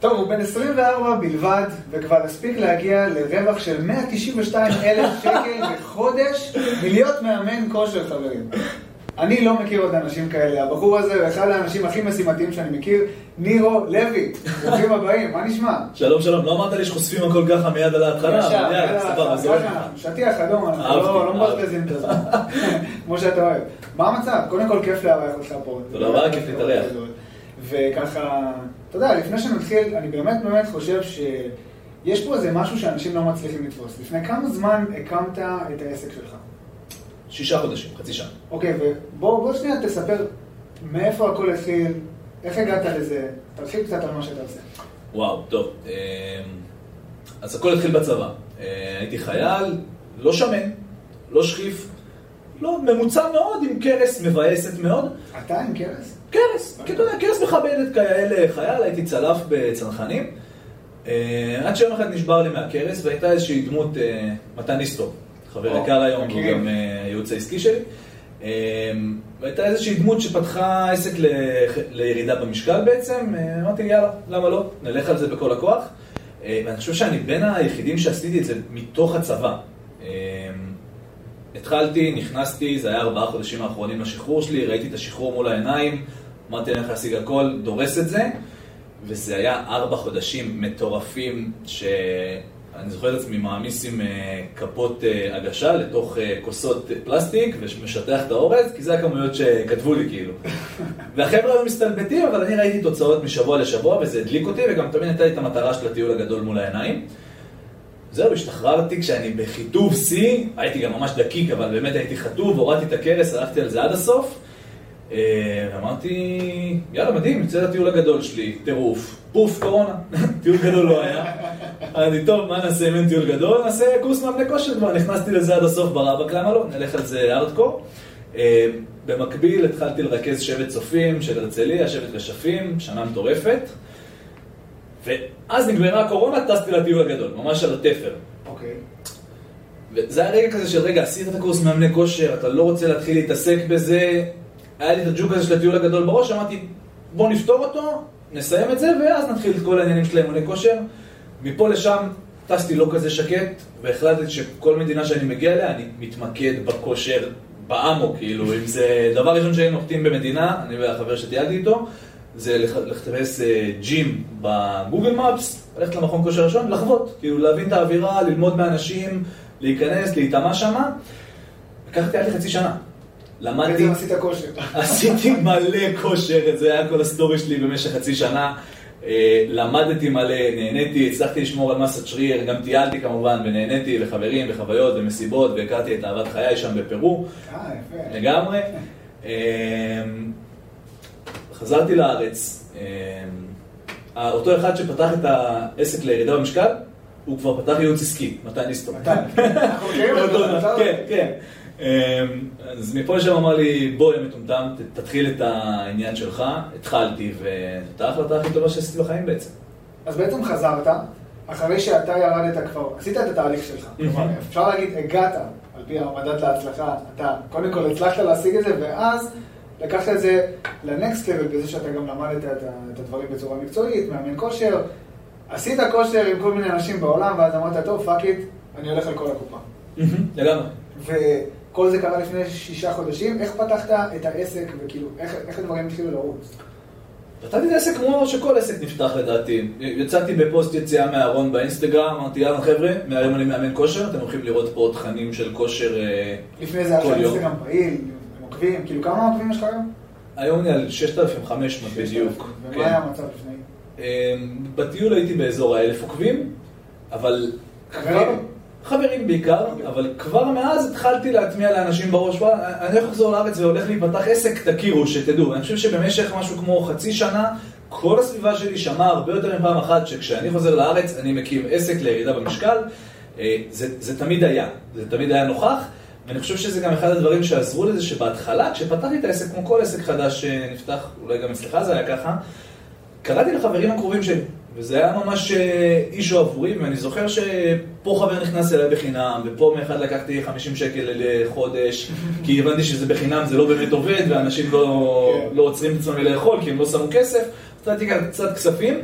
טוב, הוא בן 24 בלבד, וכבר הספיק להגיע לרווח של 192,000 שקל בחודש, מלהיות מאמן כושר, חברים. אני לא מכיר עוד אנשים כאלה. הבחור הזה הוא אחד האנשים הכי משימתיים שאני מכיר, נירו לוי. ברוכים הבאים, מה נשמע? שלום, שלום. לא אמרת לי שחושפים הכל ככה מיד על ההתחלה, אבל שטיח אדום, אנחנו לא מבזבזים את הזמן. כמו שאתה אוהב. מה המצב? קודם כל כיף לארח אותך פה. תודה רבה, כיף להתארח. וככה, אתה יודע, לפני שנתחיל, אני באמת חושב שיש פה איזה משהו שאנשים לא מצליחים לתפוס. לפני כמה זמן הקמת את העסק שלך? 6 חודשים, חצי שנה. אוקיי, ובוא שנייה תספר מאיפה הכל התחיל, איך הגעת לזה, תתחיל קצת על מה שאתה עושה. וואו, טוב. אז הכל התחיל בצבא. הייתי חייל, לא שמן, לא שחיף, לא ממוצע מאוד, עם קרס מבאסת מאוד. אתה עם קרס? קרס, כי אתה יודע, קרס מכבדת כאלה חייל, הייתי צלף בצנחנים. עד שיום אחד נשבר לי מהקרס, והייתה איזושהי דמות מתן איסטור. חבר יקר היום, הוא גם הייעוץ העסקי שלי. והייתה איזושהי דמות שפתחה עסק לירידה במשקל בעצם. אמרתי, יאללה, למה לא? נלך על זה בכל הכוח. ואני חושב שאני בין היחידים שעשיתי את זה מתוך הצבא. התחלתי, נכנסתי, זה היה 4 חודשים האחרונים לשחרור שלי, ראיתי את השחרור מול העיניים, אמרתי אני הולך להשיג הכל, דורס את זה. וזה היה 4 חודשים מטורפים אני זוכר את עצמי מעמיס עם כפות הגשה לתוך כוסות פלסטיק ומשטח את האורז, כי זה הכמויות שכתבו לי כאילו. והחבר'ה היו מסתלבטים, אבל אני ראיתי תוצאות משבוע לשבוע וזה הדליק אותי, וגם תמיד הייתה לי את המטרה של הטיול הגדול מול העיניים. זהו, השתחררתי כשאני בחיטוב C, הייתי גם ממש דקיק, אבל באמת הייתי חטוב, הורדתי את הקרס, הלכתי על זה עד הסוף. ואמרתי, יאללה מדהים, יוצא לטיול הגדול שלי, טירוף, פוף, קורונה, טיול גדול לא היה. אני טוב, מה נעשה אם אין טיול גדול? נעשה קורס מאמני כושר כבר, נכנסתי לזה עד הסוף ברבק, למה לא? נלך על זה ארדקור. במקביל התחלתי לרכז שבט צופים של הרצליה, שבט רשפים, שנה מטורפת. ואז נגמרה הקורונה, טסתי לטיול הגדול, ממש על התפר. אוקיי. וזה היה רגע כזה של רגע, עשית את הקורס מאמני כושר, אתה לא רוצה להתחיל להתעסק בזה. היה לי את הג'וק הזה של הטיול הגדול בראש, אמרתי, בוא נפתור אותו, נסיים את זה, ואז נתחיל את כל העניינים של האימוני כושר. מפה לשם טסתי לא כזה שקט, והחלטתי שכל מדינה שאני מגיע אליה, אני מתמקד בכושר, באמו, כאילו, אם זה דבר ראשון שהיינו נוחתים במדינה, אני והחבר שטיילתי איתו, זה לחפש ג'ים בגוגל מפס, ללכת למכון כושר ראשון, לחוות, כאילו להבין את האווירה, ללמוד מאנשים, להיכנס, להתאמה שמה. לקחתי עד לי חצי שנה. למדתי... עשית כושר. עשיתי מלא כושר, זה היה כל הסטורי שלי במשך חצי שנה. למדתי מלא, נהניתי, הצלחתי לשמור על מסת שריר, גם טיילתי כמובן, ונהניתי לחברים וחוויות ומסיבות, והכרתי את אהבת חיי שם בפרו. יפה. לגמרי. חזרתי לארץ. אותו אחד שפתח את העסק לירידה במשקל, הוא כבר פתח ייעוץ עסקי, מתן איסטור. אנחנו מכירים אותו. כן, כן. אז מפה לשם אמר לי, בוא יא מטומטם, תתחיל את העניין שלך. התחלתי, וזאת ההחלטה הכי טובה שעשיתי בחיים בעצם. אז בעצם חזרת, אחרי שאתה ירדת כבר, עשית את התהליך שלך. אפשר להגיד, הגעת, על פי המדד להצלחה, אתה קודם כל הצלחת להשיג את זה, ואז לקחת את זה לנקסט לבל, בזה שאתה גם למדת את הדברים בצורה מקצועית, מאמן כושר, עשית כושר עם כל מיני אנשים בעולם, ואז אמרת, טוב, פאק איט, אני הולך על כל הקופה. לגמרי. וכל זה קרה לפני 6 חודשים, איך פתחת את העסק, וכאילו, איך הדברים התחילו לרוץ? פתחתי את העסק כמו שכל עסק נפתח לדעתי. יצאתי בפוסט יציאה מהארון באינסטגרם, אמרתי, יאללה חבר'ה, מהיום אני מאמן כושר, אתם הולכים לראות פה תכנים של כושר כל יום. לפני זה היה אינסטגרם פעיל, עוקבים, כאילו כמה עוקבים יש לך היום? היום אני על 6,500 בדיוק. ומה היה המצב לפני? בטיול הייתי באזור 1,000 עוקבים, אבל... חברים בעיקר, אבל כבר מאז התחלתי להטמיע לאנשים בראש, אני הולך לחזור לארץ והולך להיפתח עסק, תכירו, שתדעו. אני חושב שבמשך משהו כמו חצי שנה, כל הסביבה שלי שמעה הרבה יותר מפעם אחת, שכשאני חוזר לארץ אני מקים עסק לירידה במשקל. זה תמיד היה נוכח, ואני חושב שזה גם אחד הדברים שעזרו לזה, שבהתחלה, כשפתחתי את העסק, כמו כל עסק חדש שנפתח, אולי גם אצלך זה היה ככה, קראתי לחברים הקרובים שלי. וזה היה ממש אישו עבורי, ואני זוכר שפה חבר נכנס אליי בחינם, ופה מאחד לקחתי 50 שקל לחודש, כי הבנתי שזה בחינם, זה לא באמת עובד, ואנשים לא עוצרים את עצמם לאכול, כי הם לא שמו כסף, נתתי קצת כספים,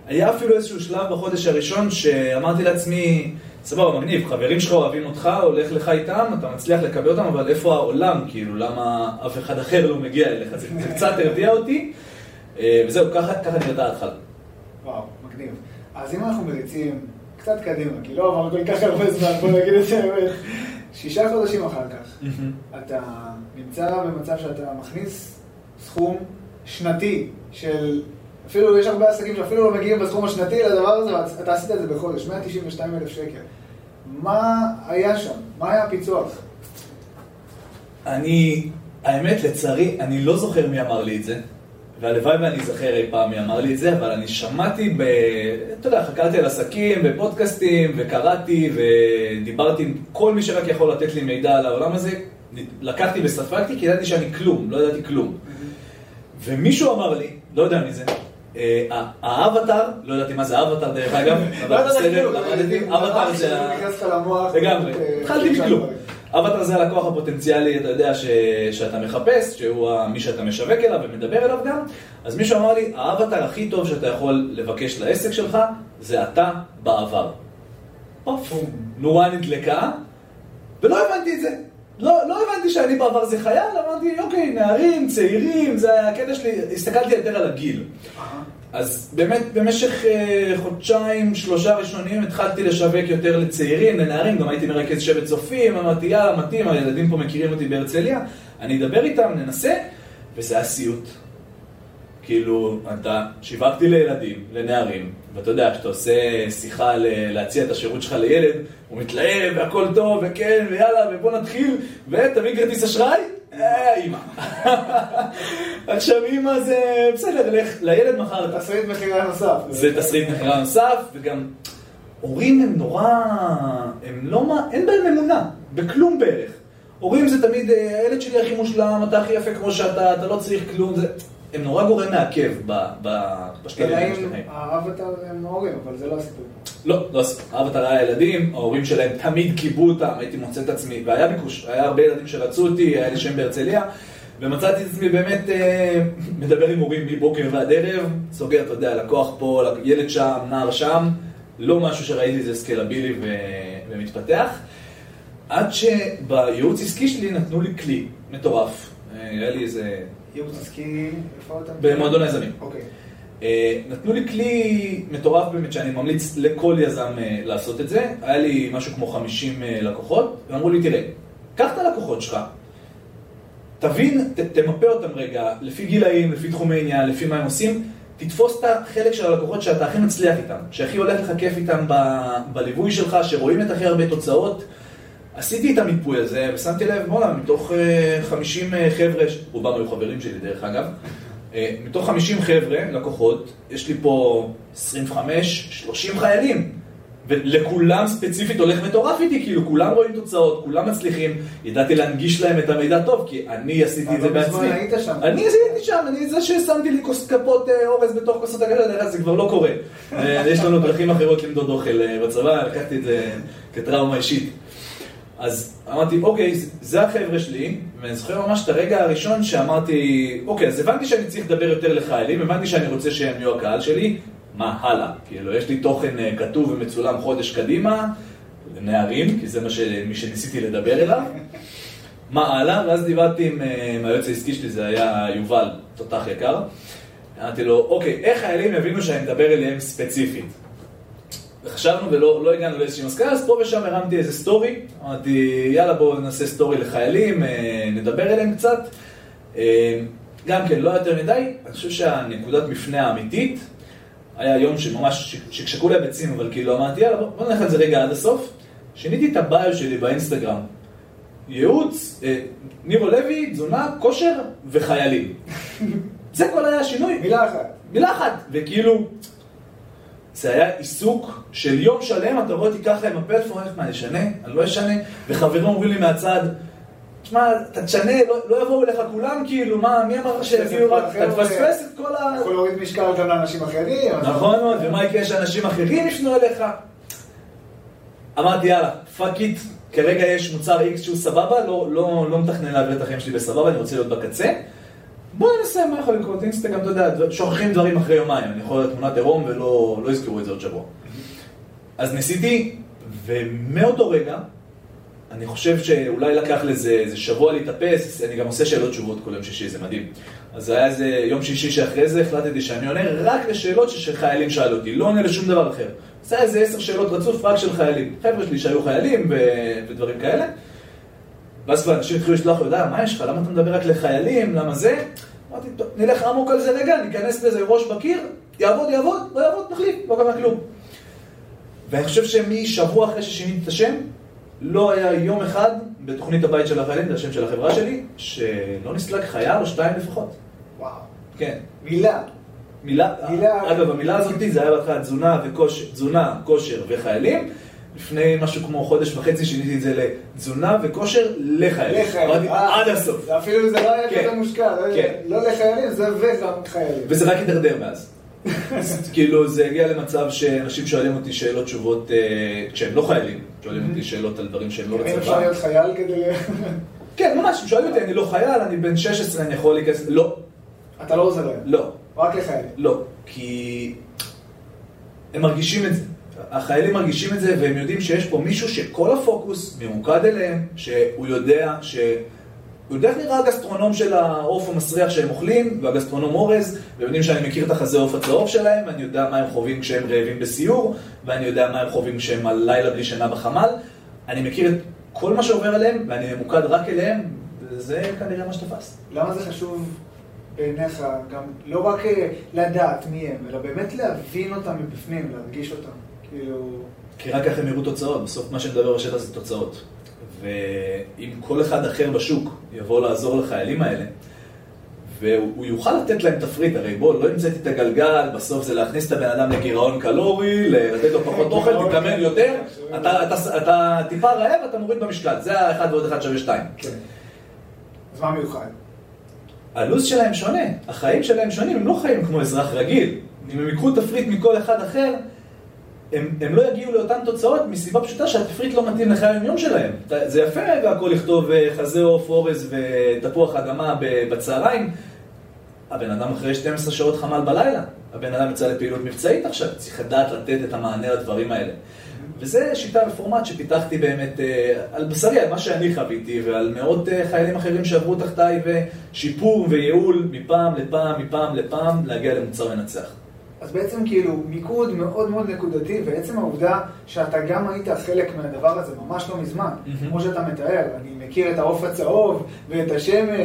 היה אפילו איזשהו שלב בחודש הראשון שאמרתי לעצמי, סבבה, מגניב, חברים שלך אוהבים אותך, הולך לך איתם, אתה מצליח לקבל אותם, אבל איפה העולם? כאילו, למה אף אחד אחר לא מגיע אליך? זה קצת הרתיע אותי, וזהו, ככה נראתה ההתחלה. וואו, מגניב. אז אם אנחנו מריצים קצת קדימה, כי לא עבר כל כך הרבה זמן, בוא נגיד את זה באמת, 6 חודשים אחר כך, אתה נמצא במצב שאתה מכניס סכום שנתי של, אפילו יש הרבה עסקים שאפילו לא מגיעים בסכום השנתי לדבר הזה, ואתה עשית את זה בחודש, 192,000 שקל. מה היה שם? מה היה הפיצוח? האמת, לצערי, אני לא זוכר מי אמר לי את זה, והלוואי ואני זוכר אי פעם מי אמר לי את זה, אבל אני שמעתי אתה יודע, חקרתי על עסקים בפודקאסטים, וקראתי ודיברתי עם כל מי שרק יכול לתת לי מידע על העולם הזה, לקחתי וספגתי, כי ידעתי שאני כלום, לא ידעתי כלום. ומישהו אמר לי, לא יודע מי זה, האבטר, לא ידעתי מה זה האבטר דרך אגב, אבל בסדר, האבטר זה לגמרי, התחלתי מכלום. האבטר זה הלקוח הפוטנציאלי, אתה יודע, שאתה מחפש, שהוא מי שאתה משווק אליו ומדבר אליו גם, אז מישהו אמר לי, האבטר הכי טוב שאתה יכול לבקש לעסק שלך, זה אתה בעבר. נורא נדלקה, ולא הבנתי את זה. לא הבנתי שאני בעבר זה חייל, אמרתי, אוקיי, נערים, צעירים, זה היה הקטע שלי, הסתכלתי יותר על הגיל. אז באמת, במשך 1-3 ראשונים התחלתי לשווק יותר לצעירים, לנערים, גם הייתי מרכז שבט צופים, אמרתי, יאללה, מתאים, הילדים פה מכירים אותי בהרצליה, אני אדבר איתם, ננסה, וזה היה סיוט. כאילו, אתה שיווקתי לילדים, לנערים, ואתה יודע, כשאתה עושה שיחה להציע את השירות שלך לילד, הוא מתלהב, והכל טוב, וכן, ויאללה, ובוא נתחיל, ותביא כרטיס אשראי, אמא. עכשיו אמא זה, בסדר, לך לילד מחר. תסריט מחירה נוסף. זה תסריט מחירה נוסף, וגם הורים הם נורא, הם לא, אין בהם אמונה, בכלום בערך. הורים זה תמיד, הילד שלי הכי מושלם, אתה הכי יפה כמו שאתה, אתה לא צריך כלום, זה... הם נורא גורם מעכב בשלבים שלהם. האבטר הם ההורים, אבל זה לא הסיפור. לא הסיפור. האבטר היה ילדים, ההורים שלהם תמיד קיבו אותם, הייתי מוצא את עצמי, והיה ביקוש, היה הרבה ילדים שרצו אותי, היה לי שם בהרצליה, ומצאתי את עצמי באמת מדבר עם הורים מבוקר ועד ערב, סוגר, אתה יודע, לקוח פה, ילד שם, נער שם, לא משהו שראיתי זה סקלבילי ומתפתח, עד שבייעוץ עסקי שלי נתנו לי כלי מטורף. היה לי איזה... ייעוץ עסקי, איפה אתה? במועדון היזמים. אוקיי. נתנו לי כלי מטורף באמת שאני ממליץ לכל יזם לעשות את זה. היה לי משהו כמו 50 לקוחות, ואמרו לי, תראה, קח את הלקוחות שלך, תבין, תמפה אותם רגע, לפי גילאים, לפי תחומי עניין, לפי מה הם עושים, תתפוס את החלק של הלקוחות שאתה הכי מצליח איתם, שהכי הולך לך כיף איתם בליווי שלך, שרואים את הכי הרבה תוצאות. עשיתי את המיפוי הזה ושמתי לב, בוא'נה, מתוך 50 חבר'ה, רובם היו חברים שלי דרך אגב, מתוך 50 חבר'ה, לקוחות, יש לי פה 25-30 חיילים, ולכולם ספציפית הולך מטורף איתי, כאילו כולם רואים תוצאות, כולם מצליחים, ידעתי להנגיש להם את המידע טוב, כי אני עשיתי את זה בעצמי. אני הייתי שם, אני זה ששמתי לי כפות אורז בתוך כוסות הגדול, זה כבר לא קורה. יש לנו דרכים אחרות למדוד אוכל בצבא, לקחתי את זה כטראומה אישית. אז אמרתי, אוקיי, זה החבר'ה שלי, ואני זוכר ממש את הרגע הראשון שאמרתי, אוקיי, אז הבנתי שאני צריך לדבר יותר לחיילים, הבנתי שאני רוצה שהם יהיו הקהל שלי, מה הלאה? כאילו, יש לי תוכן כתוב ומצולם חודש קדימה, לנערים, כי זה מי שניסיתי לדבר אליו, מה הלאה? ואז דיברתי עם היועץ העסקי שלי, זה היה יובל, תותח יקר, אמרתי לו, אוקיי, איך חיילים יבינו שאני מדבר אליהם ספציפית? וחשבנו ולא הגענו לאיזושהי מסקנה, אז פה ושם הרמתי איזה סטורי, אמרתי יאללה בואו נעשה סטורי לחיילים, נדבר אליהם קצת, גם כן לא יותר מדי, אני חושב שהנקודת מפנה האמיתית, היה יום שממש שקשקו לי הביצים, אבל כאילו אמרתי יאללה בואו נלך על זה רגע עד הסוף, שיניתי את הביו שלי באינסטגרם, ייעוץ, נירו לוי, תזונה, כושר וחיילים. זה כל היה השינוי. מילה אחת, וכאילו... זה היה עיסוק של יום שלם, אתה רואה אותי ככה עם הפלאפון, מה, אני אשנה? אני לא אשנה? וחברים אומרים לי מהצד, תשמע, אתה תשנה, לא יבואו אליך כולם, כאילו, מה, מי אמר שיביאו רק, אתה תפספס את כל ה... יכול להוריד משקל גם לאנשים אחרים. נכון מאוד, ומה יקרה שאנשים אחרים יפנו אליך? אמרתי, יאללה, פאק איט, כרגע יש מוצר X שהוא סבבה, לא מתכנן להעביר את החיים שלי בסבבה, אני רוצה להיות בקצה. בוא ננסה מה יכול לקרות, אינסטגרם, אתה יודע, שוכחים דברים אחרי יומיים, אני יכול להיות תמונת עירום ולא יזכרו את זה עוד שבוע. אז ניסיתי, ומאותו רגע, אני חושב שאולי לקח לזה איזה שבוע להתאפס, אני גם עושה שאלות תשובות כל יום שישי, זה מדהים. אז היה איזה יום שישי שאחרי זה החלטתי שאני עונה רק לשאלות שחיילים שאלו אותי, לא עונה לשום דבר אחר. זה היה איזה 10 שאלות רצוף רק של חיילים. חבר'ה שלי שהיו חיילים ודברים כאלה. ואז כבר אנשים התחילו לשלוח, יודע, מה יש לך? למה אתה מדבר רק לחיילים? למה זה? אמרתי, טוב, נלך עמוק על זה רגע, ניכנס לזה ראש בקיר, יעבוד, לא יעבוד, נחליף, לא קרה כלום. ואני חושב שמשבוע אחרי ששיניתי את השם, לא היה יום אחד בתוכנית הבית של החיילים, זה השם של החברה שלי, שלא נסלק חייל או 2 לפחות. וואו. כן. מילה. אגב, המילה הזאת זה היה בהתחלה תזונה, כושר וחיילים. לפני משהו כמו חודש וחצי שיניתי את זה לתזונה וכושר לחיילים. עד הסוף. אפילו זה לא היה כזה מושקע. לא לחיילים, זה וגם חיילים. וזה רק התדרדר מאז. כאילו זה הגיע למצב שאנשים שואלים אותי שאלות תשובות כשהם לא חיילים. שואלים אותי שאלות על דברים שהם לא בצבא. אם אפשר להיות חייל כדי... כן, ממש, שואלים אותי, אני לא חייל, אני בן 16, אני יכול להיכנס... לא. אתה לא עוזר להם? לא. רק לחיילים? לא, כי הם מרגישים את זה. החיילים מרגישים את זה, והם יודעים שיש פה מישהו שכל הפוקוס ממוקד אליהם, שהוא יודע הוא יודע איך נראה הגסטרונום של העוף המסריח שהם אוכלים, והגסטרונום אורז, והם יודעים שאני מכיר את החזה עוף הצהוב שלהם, ואני יודע מה הם חווים כשהם רעבים בסיור, ואני יודע מה הם חווים כשהם על לילה בלי שינה בחמ"ל. אני מכיר את כל מה שעובר אליהם, ואני ממוקד רק אליהם, וזה כנראה מה שתפס. למה זה חשוב בעיניך, גם לא רק לדעת מי הם, אלא באמת להבין אותם מבפנים, להרגיש אותם, כאילו... כי רק ככה הם יראו תוצאות, בסוף מה שמדבר בשטח זה תוצאות. ואם כל אחד אחר בשוק יבוא לעזור לחיילים האלה, והוא יוכל לתת להם תפריט, הרי בוא, לא המצאתי את הגלגל, בסוף זה להכניס את הבן אדם לגירעון קלורי, לתת לו פחות אוכל, תתאמן יותר, אתה טיפה רעב, אתה מוריד במשקל, זה ה-1 ועוד 1 שווה 2. כן. אז מה מיוחד? הלו"ז שלהם שונה, החיים שלהם שונים, הם לא חיים כמו אזרח רגיל. אם הם יקחו תפריט מכל אחד אחר, הם לא יגיעו לאותן תוצאות מסיבה פשוטה שהתפריט לא מתאים לחיי היום שלהם. זה יפה והכל לכתוב חזה עוף, אורז ותפוח אדמה בצהריים. הבן אדם אחרי 12 שעות חמ"ל בלילה. הבן אדם יצא לפעילות מבצעית עכשיו. צריך לדעת לתת את המענה לדברים האלה. וזה שיטה ופורמט שפיתחתי באמת על בשרי, על מה שאני חוויתי, ועל מאות חיילים אחרים שעברו תחתיי, ושיפור וייעול מפעם לפעם להגיע למוצר מנצח. אז בעצם כאילו מיקוד מאוד מאוד נקודתי, ועצם העובדה שאתה גם היית חלק מהדבר הזה ממש לא מזמן, כמו שאתה מתאר, אני מכיר את העוף הצהוב, ואת השמן,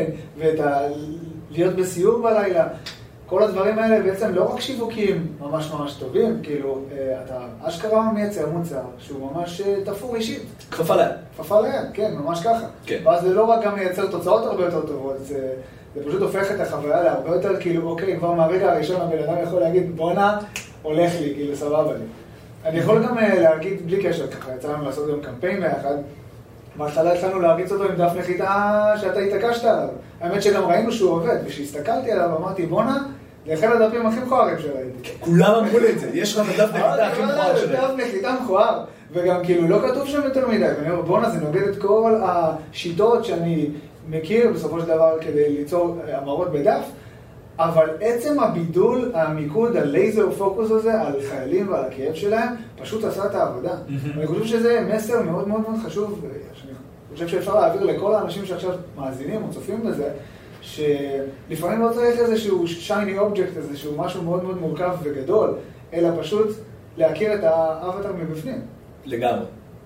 להיות בסיור בלילה, כל הדברים האלה בעצם לא רק שיווקים ממש טובים, כאילו אתה אשכרה מייצר מוצר שהוא ממש תפור אישית. כפפה ליד, כן, ממש ככה. כן. ואז זה לא רק גם מייצר תוצאות הרבה יותר טובות, זה פשוט הופך את החוויה להרבה יותר, כאילו, אוקיי, כבר מהרגע הראשון הבן אדם יכול להגיד, בונה, הולך לי, כאילו, סבבה לי. אני יכול גם להגיד, בלי קשר, ככה, יצא לנו לעשות גם קמפיין ביחד, בהתחלה התחלנו להריץ אותו עם דף נחיתה שאתה התעקשת עליו. האמת שגם ראינו שהוא עובד, וכשהסתכלתי עליו, אמרתי, בונה, זה אחד הדפים הכי מכוערים שראיתי. כולם אמרו לי את זה, יש לך דף נחיתה הכי מכוער שראיתי. דף נחיתה מכוער, וגם כאילו לא כתוב שם יותר מדי, ואני אומר, בונה, זה נוגד את כל השיטות שאני מכיר בסופו של דבר כדי ליצור אמרות בדף, אבל עצם הבידול, המיקוד, הלייזר פוקוס הזה על חיילים ועל הכאב שלהם, פשוט עשה את העבודה. ואני חושב שזה מסר מאוד מאוד מאוד חשוב, שאני חושב שאפשר להעביר לכל האנשים שעכשיו מאזינים או צופים לזה, שלפעמים לא צריך איזשהו shiny object, איזשהו משהו מאוד מאוד מורכב וגדול, אלא פשוט להכיר את האבטר מבפנים. לגמרי.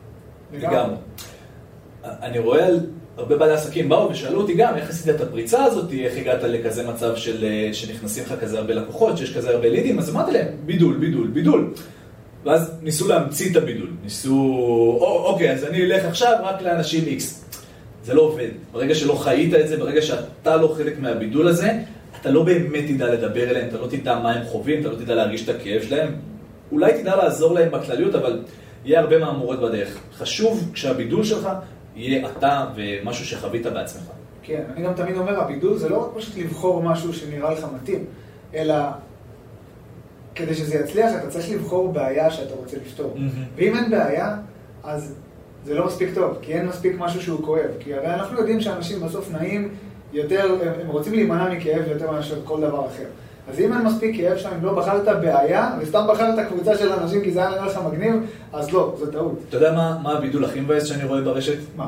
אני רואה על הרבה בעלי עסקים באו ושאלו אותי גם איך עשית את הפריצה הזאת, איך הגעת לכזה מצב שנכנסים לך כזה הרבה לקוחות, שיש כזה הרבה לידים, אז אמרתי להם, בידול. ואז ניסו להמציא את הבידול. אוקיי, אז אני אלך עכשיו רק לאנשים X. זה לא עובד. ברגע שלא חיית את זה, ברגע שאתה לא חלק מהבידול הזה, אתה לא באמת תדע לדבר אליהם, אתה לא תדע מה הם חווים, אתה לא תדע להרגיש את הכאב שלהם. אולי תדע לעזור להם בכלליות, אבל יהיה הרבה מאמורות בדרך. חשוב כשהבידול שלך יהיה אתה ומשהו שחווית בעצמך. כן, אני גם תמיד אומר, הבידול זה לא רק פשוט לבחור משהו שנראה לך מתאים, אלא כדי שזה יצליח, אתה צריך לבחור בעיה שאתה רוצה לפתור. ואם אין בעיה, אז זה לא מספיק טוב, כי אין מספיק משהו שהוא כואב. כי הרי אנחנו יודעים שאנשים בסוף נעים יותר, הם רוצים להימנע מכאב יותר מאשר כל דבר אחר. אז אם אין מספיק כאב שם, אם לא בחרת בעיה, וסתם בחרת קבוצה של אנשים כי זה היה נראה לך מגניב, אז לא, זו טעות. אתה יודע מה הבידול הכי מבאס שאני רואה ברשת? מה?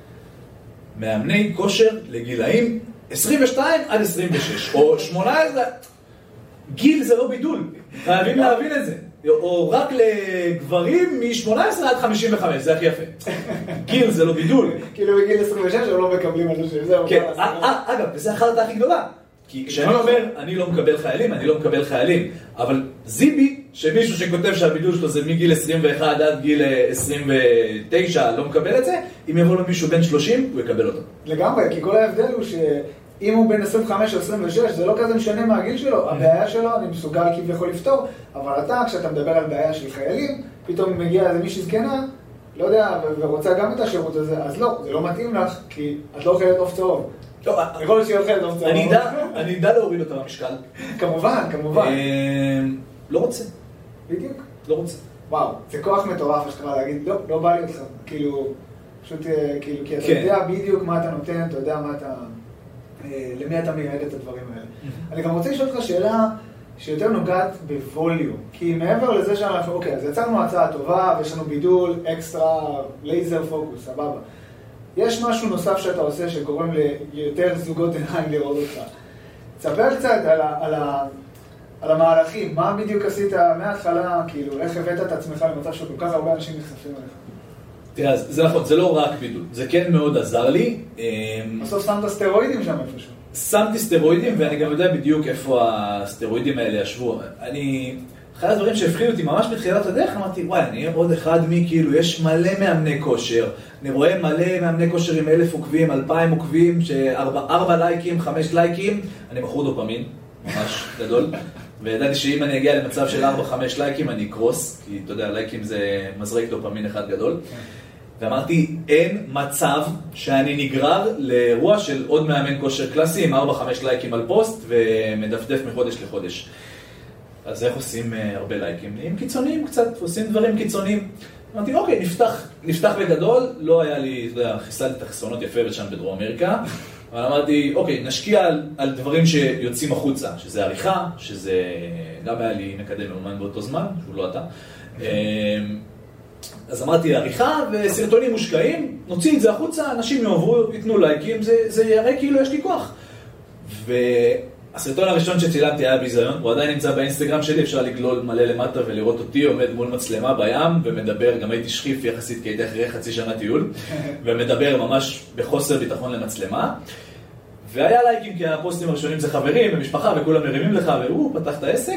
מאמני כושר לגילאים 22 עד 26, או 18, גיל זה לא בידול, חייבים להבין את זה. או רק לגברים מ-18 עד 55, זה הכי יפה. גיל זה לא בידול. כאילו בגיל 26 הם לא מקבלים אנשים, זהו. כן, אגב, וזה החלטה הכי גדולה. כי כשאני אומר, אני לא מקבל חיילים, אני לא מקבל חיילים. אבל זיבי, שמישהו שכותב שהבידול שלו זה מגיל 21 עד גיל 29 לא מקבל את זה, אם יבוא לו מישהו בן 30, הוא יקבל אותו. לגמרי, כי כל ההבדל הוא שאם הוא בן 25 או 26, זה לא כזה משנה מהגיל שלו. הבעיה שלו, אני מסוגל כביכול לפתור, אבל אתה, כשאתה מדבר על בעיה של חיילים, פתאום מגיע איזה מישהי זקנה, לא יודע, ורוצה גם את השירות הזה, אז לא, זה לא מתאים לך, כי את לא אוכלת עוף צהוב. יכול להיות שהיא אוכלת עוף צהוב. אני אדע להוריד אותה במשקל. כמובן, כמובן. לא רוצה. בדיוק. לא רוצה. וואו, זה כוח מטורף, אשכרה להגיד, לא, לא בא לי אותך. כאילו, פשוט, כאילו, כי אתה יודע בדיוק מה אתה נותן, אתה יודע מה אתה, למי אתה מייעד את הדברים האלה. אני גם רוצה לשאול אותך שאלה שיותר נוגעת בווליום, כי מעבר לזה שאנחנו, אוקיי, אז יצרנו הצעה טובה, ויש לנו בידול, אקסטרה, לייזר פוקוס, סבבה. יש משהו נוסף שאתה עושה שגורם ליותר זוגות עיניים לראות אותך. תספר קצת על המהלכים, מה בדיוק עשית מההתחלה, כאילו, איך הבאת את עצמך למצב שכל כך הרבה אנשים נחשפים עליך? תראה, זה נכון, זה לא רק בידול, זה כן מאוד עזר לי. בסוף שמת סטרואידים שם איפשהו. שמתי סטרואידים, ואני גם יודע בדיוק איפה הסטרואידים האלה ישבו. אחד הדברים שהפחידו אותי ממש בתחילת הדרך, אמרתי, וואי, אני אהיה עוד אחד כאילו, יש מלא מאמני כושר. אני רואה מלא מאמני כושר עם 1,000 עוקבים, 2,000 עוקבים, 4 לייקים, 5 לייקים. אני מכור דופמין, ממש גדול. וידעתי שאם אני אגיע למצב של 4-5 לייקים, אני אקרוס, כי אתה יודע, לייקים זה מזרק דופמין אחד גדול. ואמרתי, אין מצב שאני נגרר לאירוע של עוד מאמן כושר קלאסי עם 4-5 לייקים על פוסט ומדפדף מחודש לחודש. אז איך עושים הרבה לייקים? נהיים קיצוניים קצת, עושים דברים קיצוניים. אמרתי, אוקיי, נפתח בגדול, לא היה לי, אתה יודע, חיסלתי את החסרונות יפה ושם בדרום אמריקה, אבל אמרתי, אוקיי, נשקיע על דברים שיוצאים החוצה, שזה עריכה, שזה גם היה לי מקדם מאומן באותו זמן, שהוא לא אתה. אז אמרתי, עריכה וסרטונים מושקעים, נוציא את זה החוצה, אנשים יעברו, ייתנו לייקים, זה יראה כאילו יש לי כוח. הסרטון הראשון שצילמתי היה ביזיון, הוא עדיין נמצא באינסטגרם שלי, אפשר לגלול מלא למטה ולראות אותי עומד מול מצלמה בים ומדבר, גם הייתי שחיף יחסית כי הייתי אחרי חצי שנה טיול, ומדבר ממש בחוסר ביטחון למצלמה. והיה לייקים כי הפוסטים הראשונים זה חברים ומשפחה וכולם מרימים לך והוא פתח את העסק.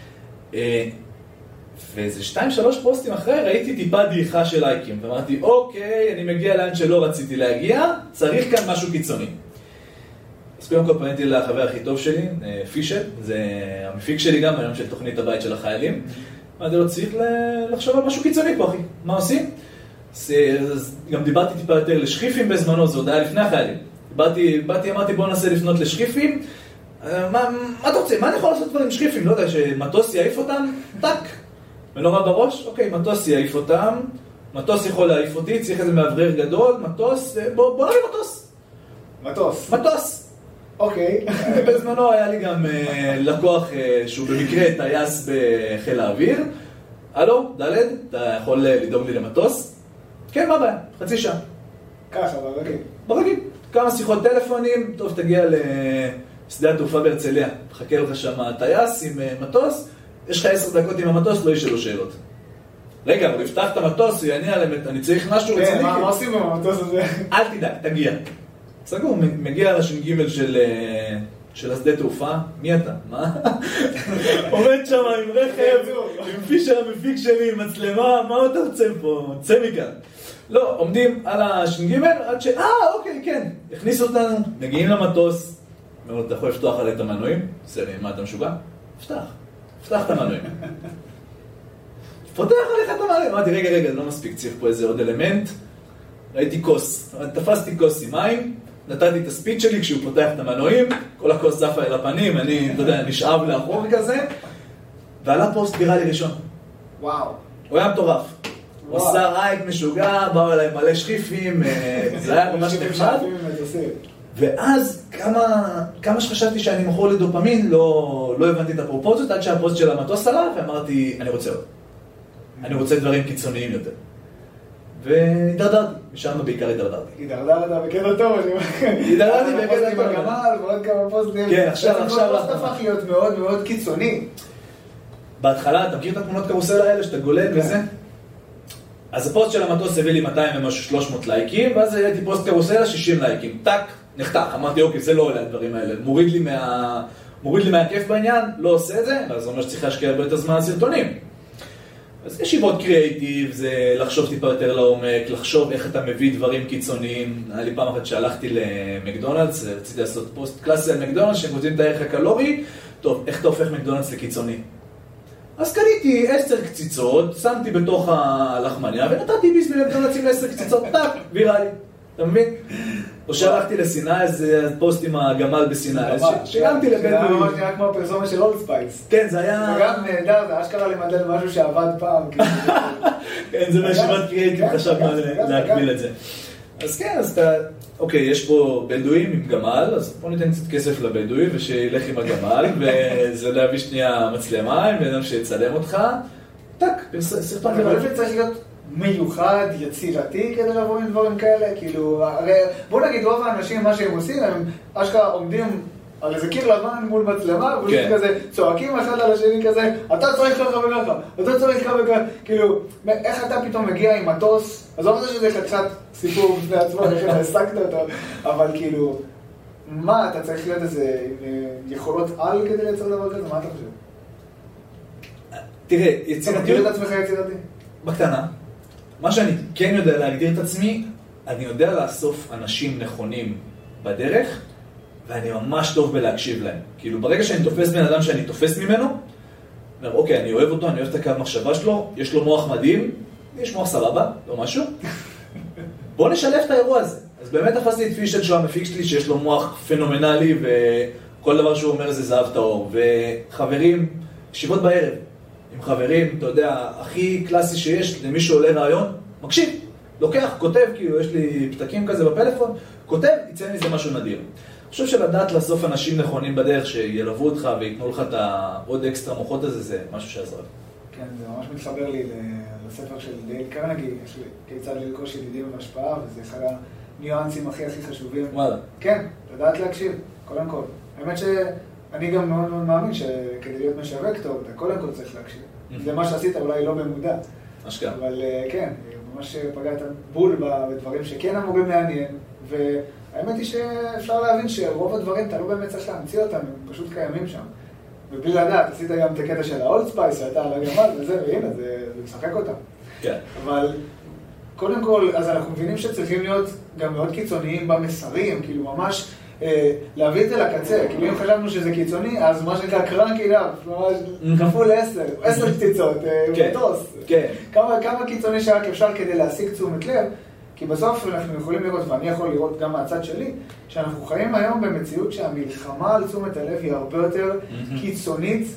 ואיזה 2-3 פוסטים אחרי ראיתי טיפה דעיכה של לייקים, ואמרתי אוקיי, אני מגיע לאן שלא רציתי להגיע, צריך כאן משהו קיצוני. אז קודם כל פניתי לחבר הכי טוב שלי, פישר, זה המפיק שלי גם, היום של תוכנית הבית של החיילים. אמרתי לו, צריך לחשוב על משהו קיצוני פה, אחי. מה עושים? אז גם דיברתי טיפה יותר לשחיפים בזמנו, זה עוד היה לפני החיילים. אמרתי בוא ננסה לפנות לשחיפים. מה אתה רוצה? מה אני יכול לעשות דברים שחיפים? לא יודע, שמטוס יעיף אותם? טק. ונורא בראש? אוקיי, מטוס יעיף אותם. מטוס יכול להעיף אותי, צריך איזה מאוורר גדול, מטוס, בוא נביא מטוס. מטוס. אוקיי. בזמנו היה לי גם לקוח שהוא במקרה טייס בחיל האוויר. הלו, דלד, אתה יכול לדאוג לי למטוס? כן, מה הבעיה? חצי שעה. ככה, ברגיל. כמה שיחות טלפונים, טוב, תגיע לשדה התעופה בהרצליה. תחכה לך שם טייס עם מטוס, יש לך 10 דקות עם המטוס, לא ישאלו שאלות. רגע, אבל יפתח את המטוס, הוא יענה עליהם, אני צריך משהו רציני. מה עושים במטוס הזה? אל תדאג, תגיע. סגור, מגיע לש"ג של השדה תעופה, מי אתה? מה? עומד שם עם רכב, עם פישר המפיק שלי, עם מצלמה, מה אתה רוצה פה? צא מכאן. לא, עומדים על הש"ג עד אוקיי, כן, הכניס אותנו, מגיעים למטוס, אתה יכול לפתוח עלי את המנועים? בסדר, מה אתה משוגע? פתח את המנועים. פותח עליך את המנועים. אמרתי, רגע, זה לא מספיק, צריך פה איזה עוד אלמנט. ראיתי כוס, תפסתי כוס עם מים, נתתי את הספיד שלי כשהוא פותח את המנועים, כל הכוס זפה אל הפנים, אני, אתה יודע, נשאב לאחור כזה, ועלה פוסט ויראלי ראשון. וואו. הוא היה מטורף. הוא עשה רייק משוגע, באו אליי מלא שחיפים, זה היה ממש נחמד. ואז כמה שחשבתי שאני מכור לדופמין, לא הבנתי את הפרופורציות, עד שהפוסט של המטוס עלה, ואמרתי, אני רוצה עוד. אני רוצה דברים קיצוניים יותר. והתדרדרתי, משם בעיקר התדרדרתי. התדרדרת בקטע טוב, התדרדרתי בקטע טוב. בגמל, ועוד כמה פוסטים. כן, עכשיו. הפוסט הפך להיות מאוד מאוד קיצוני. בהתחלה, אתה מכיר את התמונות קרוסל האלה, שאתה גולד וזה? אז הפוסט של המטוס הביא לי 200 ומשהו 300 לייקים, ואז העליתי פוסט קרוסלה 60 לייקים. טק, נחתך. אמרתי, אוקיי, זה לא עולה הדברים האלה. מוריד לי מהכיף בעניין, לא עושה את זה, ואז זה אומר שצריך להשקיע הרבה יותר זמן על סרטונים. אז ישיבות קריאייטיב, זה לחשוב טיפה יותר לעומק, לחשוב איך אתה מביא דברים קיצוניים. היה לי פעם אחת שהלכתי למקדונלדס, רציתי לעשות פוסט קלאסי על מקדונלדס, שהם כותבים את הערך הקלורי, טוב, איך אתה הופך מקדונלדס לקיצוני? אז קניתי 10 קציצות, שמתי בתוך הלחמניה, ונתתי ביס במקדונלדסים ל10 קציצות, טק, ויראלי. אתה מבין? או שהלכתי לסיני, איזה פוסט עם הגמל בסיני, שילמתי לבן זה היה ממש נראה כמו הפרסומת של אולד ספייס. כן, זה היה... זה גם נהדר, זה אשכרה למדל משהו שעבד פעם. כן, זה בישיבת קריאייטיב, חשבנו להקביל את זה. אז כן, אז אתה... אוקיי, יש פה בדואים עם גמל, אז בוא ניתן קצת כסף לבדואי ושילך עם הגמל, וזה להביא שנייה מצלמה, עם בן שיצלם אותך, טק, סרטון אני חושב שצריך להיות מיוחד, יצירתי, כדי לבוא עם דברים כאלה, כאילו, הרי בוא נגיד, רוב האנשים, מה שהם עושים, הם אשכרה עומדים על איזה קיר לבן מול מצלמה, ופשוט כזה צועקים אחד על השני כזה, אתה צריך ככה וככה, אתה צריך ככה וככה, כאילו, איך אתה פתאום מגיע עם מטוס, אז לא חושב שזה חתיכת סיפור בפני עצמו, איך העסקת אותו, אבל כאילו, מה, אתה צריך להיות איזה יכולות על כדי לייצר דבר כזה, מה אתה חושב? תראה, אתה מכיר את עצמך יצירתי? בקטנה. מה שאני כן יודע להגדיר את עצמי, אני יודע לאסוף אנשים נכונים בדרך, ואני ממש טוב בלהקשיב להם. כאילו, ברגע שאני תופס בן אדם שאני תופס ממנו, אומר, אוקיי, אני אוהב אותו, אני אוהב את הקו מחשבה שלו, יש לו מוח מדהים, יש מוח סבבה, לא משהו. בוא נשלב את האירוע הזה. אז באמת תפסתי את פישל שהוא המפיק שלי, שיש לו מוח פנומנלי, וכל דבר שהוא אומר זה זהב טהור. וחברים, ישיבות בערב. עם חברים, אתה יודע, הכי קלאסי שיש, למי שעולה רעיון, מקשיב, לוקח, כותב, כאילו יש לי פתקים כזה בפלאפון, כותב, יצא מזה משהו נדיר. אני חושב שלדעת לאסוף אנשים נכונים בדרך שילוו אותך ויתנו לך את העוד אקסטרה מוחות הזה, זה משהו שעזר. כן, זה ממש מתחבר לי לספר של דייל קרנגי, כיצד לרכוש ידידים והשפעה, וזה אחד הניואנסים הכי חשובים. וואלה. כן, לדעת להקשיב, קודם כל. האמת שאני גם מאוד מאוד מאמין שכדי להיות משווק טוב, אתה קודם כל צריך להקשיב. זה מה שעשית, אולי לא במודע. אשכרה. אבל כן, ממש פגעת בול בדברים שכן אמורים מעניין, והאמת היא שאפשר להבין שרוב הדברים אתה לא באמת צריך להמציא אותם, הם פשוט קיימים שם. ובלי לדעת, עשית גם את הקטע של האולד ספייס, שאתה על הגמל וזה, והנה, זה משחק אותם. כן. אבל קודם כל, אז אנחנו מבינים שצריכים להיות גם מאוד קיצוניים במסרים, כאילו ממש להביא את זה לקצה, כאילו אם חשבנו שזה קיצוני, אז מה שנקרא קרנקי לאב, ממש כפול 10 קציצות, מטוס. כן. כמה קיצוני שרק אפשר כדי להשיג תשומת לב, כי בסוף אנחנו יכולים לראות, ואני יכול לראות גם מהצד שלי, שאנחנו חיים היום במציאות שהמלחמה על תשומת הלב היא הרבה יותר קיצונית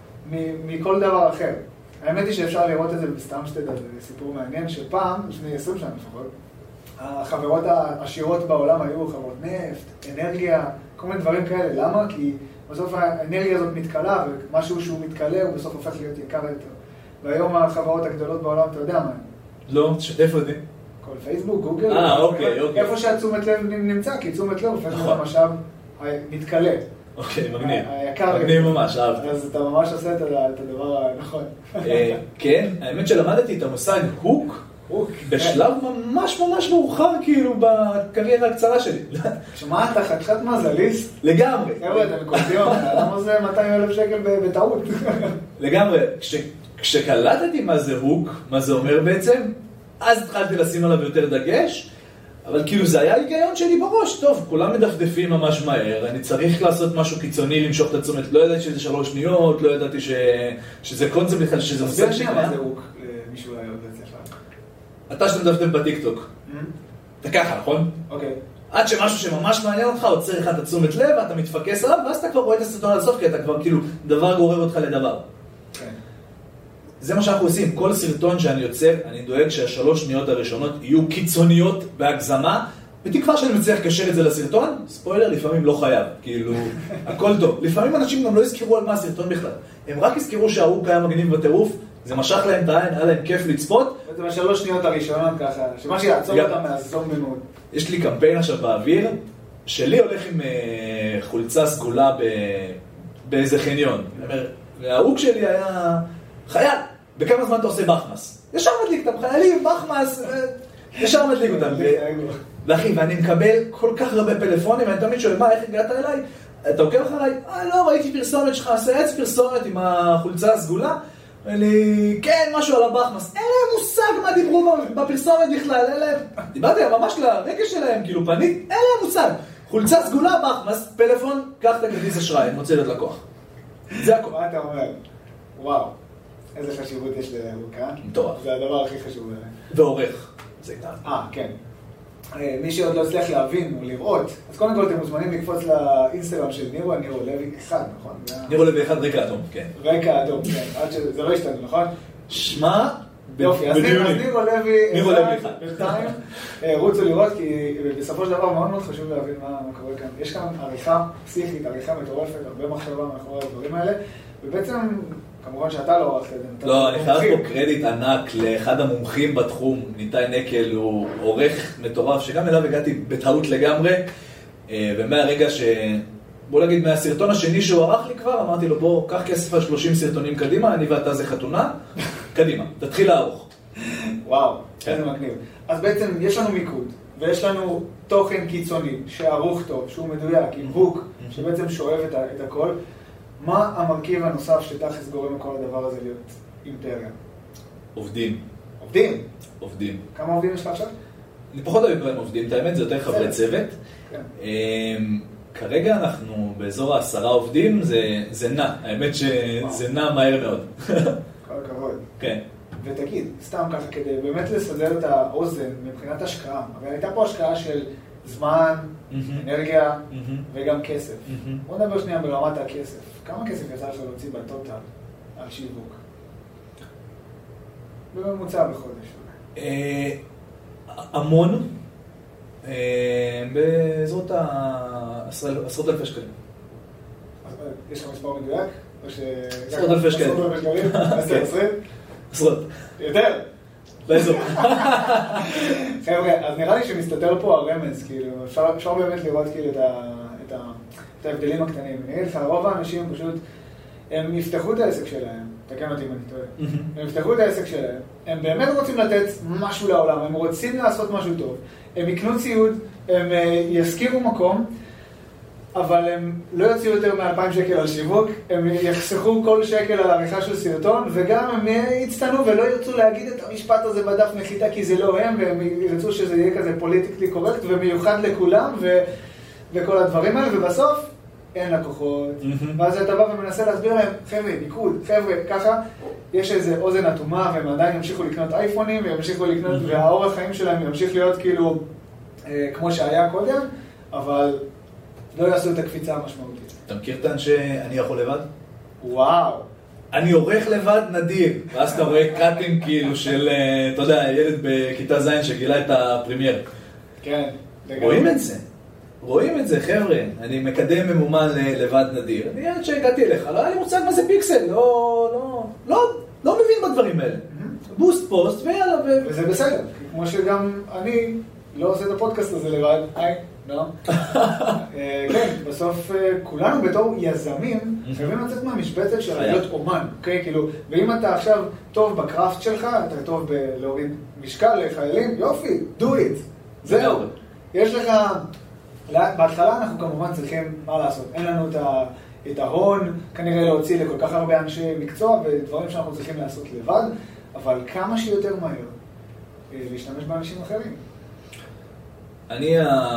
מכל דבר אחר. האמת היא שאפשר לראות את זה בסתם שתדע, זה סיפור מעניין שפעם, לפני 20 שנה לפחות, החברות העשירות בעולם היו חברות נפט, אנרגיה, כל מיני דברים כאלה. למה? כי בסוף האנרגיה הזאת מתקלה, ומשהו שהוא מתקלה הוא בסוף הופך להיות יקר יותר. והיום החברות הגדולות בעולם, אתה יודע מה? לא, איפה זה? כל פייסבוק, גוגל. אוקיי. איפה שהתשומת לב נמצא, כי תשומת לב הופך להיות המשאב מתקלה. אוקיי, מגניב. היקר. מגניב ממש, אהבתי. אז אתה ממש עושה את הדבר הנכון. כן, האמת שלמדתי את המושג הוק, בשלב ממש ממש מאוחר כאילו בקריירה הקצרה שלי. שמה, אתה חתיכת מזליסט? לגמרי. חבר'ה, אתם קולטים, למה זה 200,000 שקל בטעות? לגמרי. כשקלטתי מה זה הוק, מה זה אומר בעצם, אז התחלתי לשים עליו יותר דגש, אבל כאילו זה היה היגיון שלי בראש, טוב, כולם מדפדפים ממש מהר, אני צריך לעשות משהו קיצוני, למשוך את התשומת, לא ידעתי שזה 3 שניות, לא ידעתי שזה קונספט בכלל, שזה מושג שנייה. מה זה הוק? מישהו היה עוד בצפר. אתה שאתה מדפדף בטיקטוק, אתה ככה, נכון? אוקיי. עד שמשהו שממש מעניין אותך, עוצר לך את התשומת לב, אתה מתפקס עליו, ואז אתה כבר רואה את הסרטון עד הסוף, כי אתה כבר כאילו, דבר גורר אותך לדבר. זה מה שאנחנו עושים, כל סרטון שאני יוצר, אני דואג שה3 שניות הראשונות יהיו קיצוניות בהגזמה, בתקווה שאני מצליח לקשר את זה לסרטון, ספוילר, לפעמים לא חייב, כאילו, הכל טוב. לפעמים אנשים גם לא יזכרו על מה הסרטון בכלל. הם רק יזכרו שההוא קיים מגניב בטירוף, זה משך להם את העין, היה להם כיף לצפות. וזה בשלוש שניות הראשונות ככה, שמה שיעצור אותם מהזומבינות. יש לי קמפיין עכשיו באוויר, שלי הולך עם חולצה סגולה באיזה חניון. ההוג שלי היה חייל, בכמה זמן אתה עושה בחמאס? ישר מדליק אותם, חיילים, בחמאס, ישר מדליק אותם. ואחי, ואני מקבל כל כך הרבה פלאפונים, ואני תמיד שואל, מה, איך הגעת אליי? אתה עוקב אחריי? לא, ראיתי פרסומת שלך, עשה פרסומת עם החולצה הסגולה. ואני, כן, משהו על הבחמאס. אין להם מושג מה דיברו בפרסומת בכלל, אין להם... דיברתי ממש לרגש שלהם, כאילו פנית, אין להם מושג. חולצה סגולה, בחמאס, פלאפון, קח את הכרטיס אשראי, מוציא את לקוח. זה הכל. מה אתה אומר? וואו, איזה חשיבות יש להוקה. מטורף. זה הדבר הכי חשוב. ועורך. זה איתן. כן. מי שעוד לא הצליח להבין או לראות, אז קודם כל אתם מוזמנים לקפוץ לאינסטגרם של נירו לוי 1, נכון? נירו לוי 1, רקע אדום, כן. רקע אדום, כן. עד שזה לא השתנה, נכון? שמה יופי, אז נירו לוי 1, בינתיים, רוצו לראות, כי בסופו של דבר מאוד מאוד חשוב להבין מה קורה כאן. יש כאן עריכה פסיכית, עריכה מטורפת, הרבה מחשבה מאחורי הדברים האלה, ובעצם... כמובן שאתה לא עורך את זה. לא, אני חייב פה קרדיט ענק לאחד המומחים בתחום, ניתאי נקל, הוא עורך מטורף, שגם אליו הגעתי בטעות לגמרי, ומהרגע בוא נגיד, מהסרטון השני שהוא ערך לי כבר, אמרתי לו, בוא, קח כסף על 30 סרטונים קדימה, אני ואתה זה חתונה, קדימה, תתחיל לערוך. וואו, איזה מגניב. אז בעצם יש לנו מיקוד, ויש לנו תוכן קיצוני, שערוך טוב, שהוא מדויק, עם הוק, שבעצם שואב את הכל. מה המרכיב הנוסף שתכלס גורם לכל הדבר הזה להיות אימפריה? עובדים. עובדים? עובדים. כמה עובדים יש לך עכשיו? אני פחות אוהב בהם עובדים, את האמת, זה יותר חברי צוות. כרגע אנחנו באזור 10 עובדים, זה נע, האמת שזה נע מהר מאוד. כל הכבוד. כן. ותגיד, סתם ככה, כדי באמת לסדר את האוזן מבחינת השקעה, אבל הייתה פה השקעה של זמן, אנרגיה וגם כסף. בוא נדבר שנייה ברמת הכסף. כמה כסף יצא לך להוציא בטוטל על שיווק? בממוצע בחודש. המון, בעזרות עשרות אלפי שקלים. יש לך מספר מדויק? עשרות אלפי שקלים. 10-20? עשרות. יותר? באזור. חבר'ה, אז נראה לי שמסתתר פה הרמז, כאילו, אפשר באמת לראות כאילו את ההבדלים הקטנים. אני אגיד לך, רוב האנשים פשוט, הם יפתחו את העסק שלהם, תקן אותי אם אני טועה, הם יפתחו את העסק שלהם, הם באמת רוצים לתת משהו לעולם, הם רוצים לעשות משהו טוב, הם יקנו ציוד, הם יזכירו מקום, אבל הם לא יוציאו יותר מ-2,000 שקל על שיווק, הם יחסכו כל שקל על עריכה של סרטון, וגם הם יצטנו ולא ירצו להגיד את המשפט הזה בדף נחיתה, כי זה לא הם, והם ירצו שזה יהיה כזה פוליטיקלי קורקט ומיוחד לכולם, וכל הדברים האלה, ובסוף אין לקוחות. ואז אתה בא ומנסה להסביר להם, חבר'ה, ניקוד, חבר'ה, ככה, יש איזו אוזן אטומה, והם עדיין ימשיכו לקנות אייפונים, וימשיכו לקנות, והאורח חיים שלהם ימשיך להיות כאילו כמו שהיה קודם, אבל לא יעשו את הקפיצה המשמעותית. אתה מכיר את שאני יכול לבד? וואו. אני עורך לבד נדיר, ואז אתה רואה קאטים כאילו של, אתה יודע, ילד בכיתה ז' שגילה את הפרימייר. כן. רואים את זה. רואים את זה, חבר'ה. אני מקדם ממומן לבד נדיר. אני ילד שהגעתי אליך, לא היה לי מוצג מה זה פיקסל, לא מבין בדברים האלה. בוסט פוסט ויאללה. וזה בסדר, כמו שגם אני לא עושה את הפודקאסט הזה לבד. היי. לא? כן, בסוף כולנו בתור יזמים חייבים לצאת מהמשבצת של להיות אומן, אוקיי? כאילו, ואם אתה עכשיו טוב בקראפט שלך, אתה טוב בלהוריד משקל לחיילים, יופי, do it, זהו. יש לך, בהתחלה אנחנו כמובן צריכים, מה לעשות? אין לנו את ההון, כנראה להוציא לכל כך הרבה אנשי מקצוע ודברים שאנחנו צריכים לעשות לבד, אבל כמה שיותר מהר להשתמש באנשים אחרים. אני,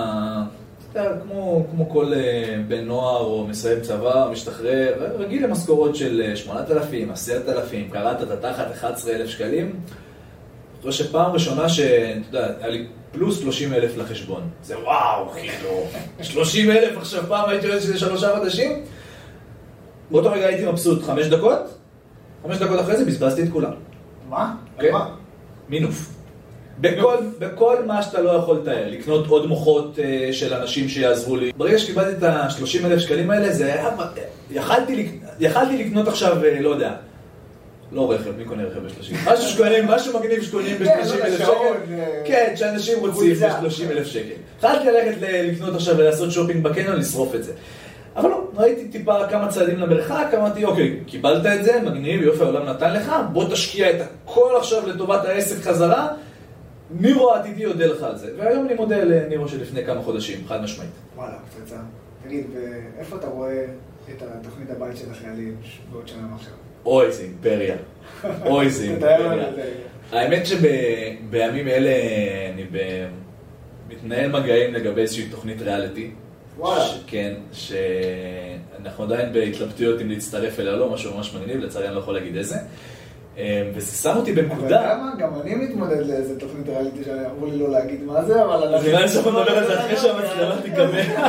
כמו כל בן נוער או מסיים צבא, משתחרר, רגיל למשכורות של 8,000, 10,000, קראת את התחת 11,000 שקלים. אני חושב שפעם ראשונה שאתה יודע, היה לי פלוס 30,000 לחשבון. זה וואו, כאילו, 30,000 עכשיו פעם הייתי רואה שזה 3 חודשים. באותו רגע הייתי מבסוט 5 דקות, 5 דקות אחרי זה בזבזתי את כולם. מה? כן? מינוף. בכל מה שאתה לא יכול לתאר, לקנות עוד מוחות של אנשים שיעזרו לי. ברגע שקיבלתי את ה-30,000 שקלים האלה, זה היה, יכלתי לקנות עכשיו, לא יודע, לא רכב, מי קונה רכב ב-30? משהו מגניב שקונים ב-30,000 שקל. כן, שאנשים רוצים ב-30,000 שקל. יכלתי ללכת לקנות עכשיו ולעשות שופינג בקניון, לשרוף את זה. אבל לא, ראיתי טיפה כמה צעדים למרחק, אמרתי, אוקיי, קיבלת את זה, מגניב, יופי, העולם נתן לך, בוא תשקיע את הכל עכשיו לטובת העסק חזרה, נירו העתידי יודע לך על זה. והיום אני מודה לנירו שלפני כמה חודשים, חד משמעית. וואלה, פצצה. תגיד, ואיפה אתה רואה את התוכנית הבית של החיילים בעוד שנה עכשיו? אוי, זה אימפריה. אוי, זה אימפריה. האמת שבימים אלה אני מתנהל מגעים לגבי איזושהי תוכנית ריאליטי. וואלה. כן, שאנחנו עדיין בהתלבטויות אם להצטרף אליה לא, משהו ממש מגניב, לצערי אני לא יכול להגיד איזה. וזה שם אותי בנקודה. אבל גם אני מתמודד לאיזה תוכנית ריאליטי שאמרו לי לא להגיד מה זה, אבל... אז נראה לי שאנחנו נדבר על זה אחרי שהמצלמה תיגמר.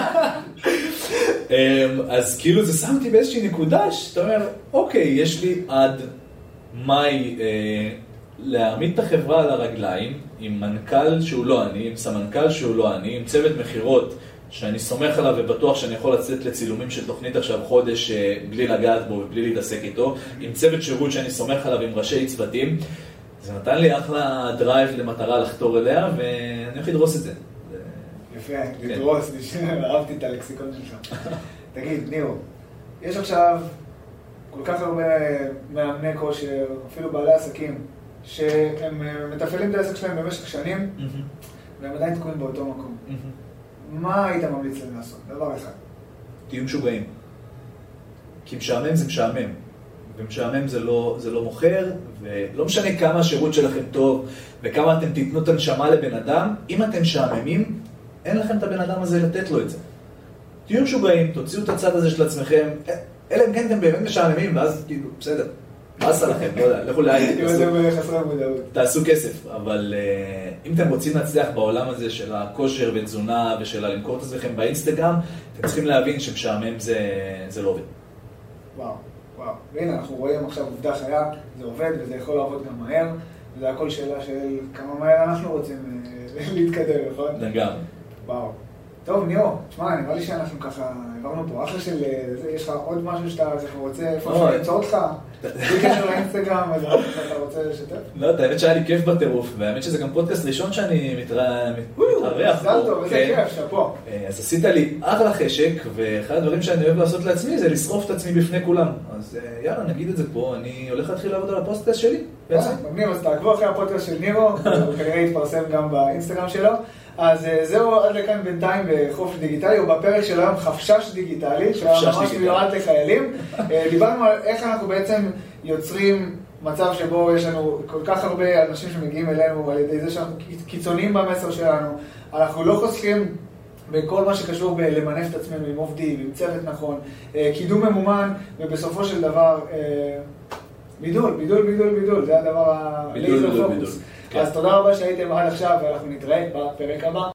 אז כאילו זה שם אותי באיזושהי נקודה שאתה אומר, אוקיי, יש לי עד מאי להעמיד את החברה על הרגליים עם מנכ"ל שהוא לא אני, עם סמנכ"ל שהוא לא אני, עם צוות מחירות שאני סומך עליו ובטוח שאני יכול לצאת לצילומים של תוכנית עכשיו חודש בלי לגעת בו ובלי להתעסק איתו, עם צוות שירות שאני סומך עליו עם ראשי צוותים. זה נתן לי אחלה דרייב למטרה לחתור אליה ואני הולך לדרוס את זה. יפה, לדרוס, אהבתי את הלקסיקון שלך. תגיד, נירו, יש עכשיו כל כך הרבה מאמני כושר, אפילו בעלי עסקים, שהם מתפעלים את העסק שלהם במשך שנים והם עדיין תקועים באותו מקום. מה היית ממליץ להם לעשות? דבר אחד. תהיו משוגעים. כי משעמם זה משעמם. ומשעמם זה לא מוכר, ולא משנה כמה השירות שלכם טוב, וכמה אתם תיתנו את הנשמה לבן אדם, אם אתם משעממים, אין לכם את הבן אדם הזה לתת לו את זה. תהיו משוגעים, תוציאו את הצד הזה של עצמכם, אלא אם כן אתם באמת משעממים, ואז כאילו, בסדר. מה עשה לכם? לא יודע, לכו להייטק. אם אתם חסרי מודעות. תעשו כסף, אבל אם אתם רוצים להצליח בעולם הזה של הכושר ותזונה ושל למכור את עצמכם באינסטגרם, אתם צריכים להבין שמשעמם זה לא עובד. וואו, וואו. והנה, אנחנו רואים עכשיו עובדה חיה, זה עובד וזה יכול לעבוד גם מהר, וזה הכל שאלה של כמה מהר אנחנו רוצים להתקדם, נכון? לגמרי. וואו. טוב, נירו, תשמע, נראה לי שאנחנו ככה, עברנו פה אחלה של זה, יש לך עוד משהו שאתה רוצה, איפה שאני אמצוא אותך? בלי קשר לאינסטגרם, איזה משהו שאתה רוצה לשתף? לא, האמת שהיה לי כיף בטירוף, והאמת שזה גם פודקאסט ראשון שאני מתארח פה. מזל טוב, איזה כיף, שאפו. אז עשית לי אחלה חשק, ואחד הדברים שאני אוהב לעשות לעצמי זה לשרוף את עצמי בפני כולם. אז יאללה, נגיד את זה פה, אני הולך להתחיל לעבוד על הפודקאסט שלי. מגניב, אז תעקבו אחרי הפודקאסט של נירו, הוא כנראה יתפרסם גם באינסטגרם שלו. אז זהו, עד לכאן בינתיים בחופש דיגיטלי, או בפרק של היום חפשש דיגיטלי, שהיה ממש מיועד לחיילים. דיברנו על איך אנחנו בעצם יוצרים מצב שבו יש לנו כל כך הרבה אנשים שמגיעים אלינו על ידי זה שאנחנו קיצוניים במסר שלנו. אנחנו לא חוסכים בכל מה שקשור בלמנף את עצמנו עם עובדים, עם צוות נכון, קידום ממומן, ובסופו של דבר בידול, זה הדבר הלייזר פוקוס. אז תודה רבה שהייתם עד עכשיו, ואנחנו נתראה בפרק הבא.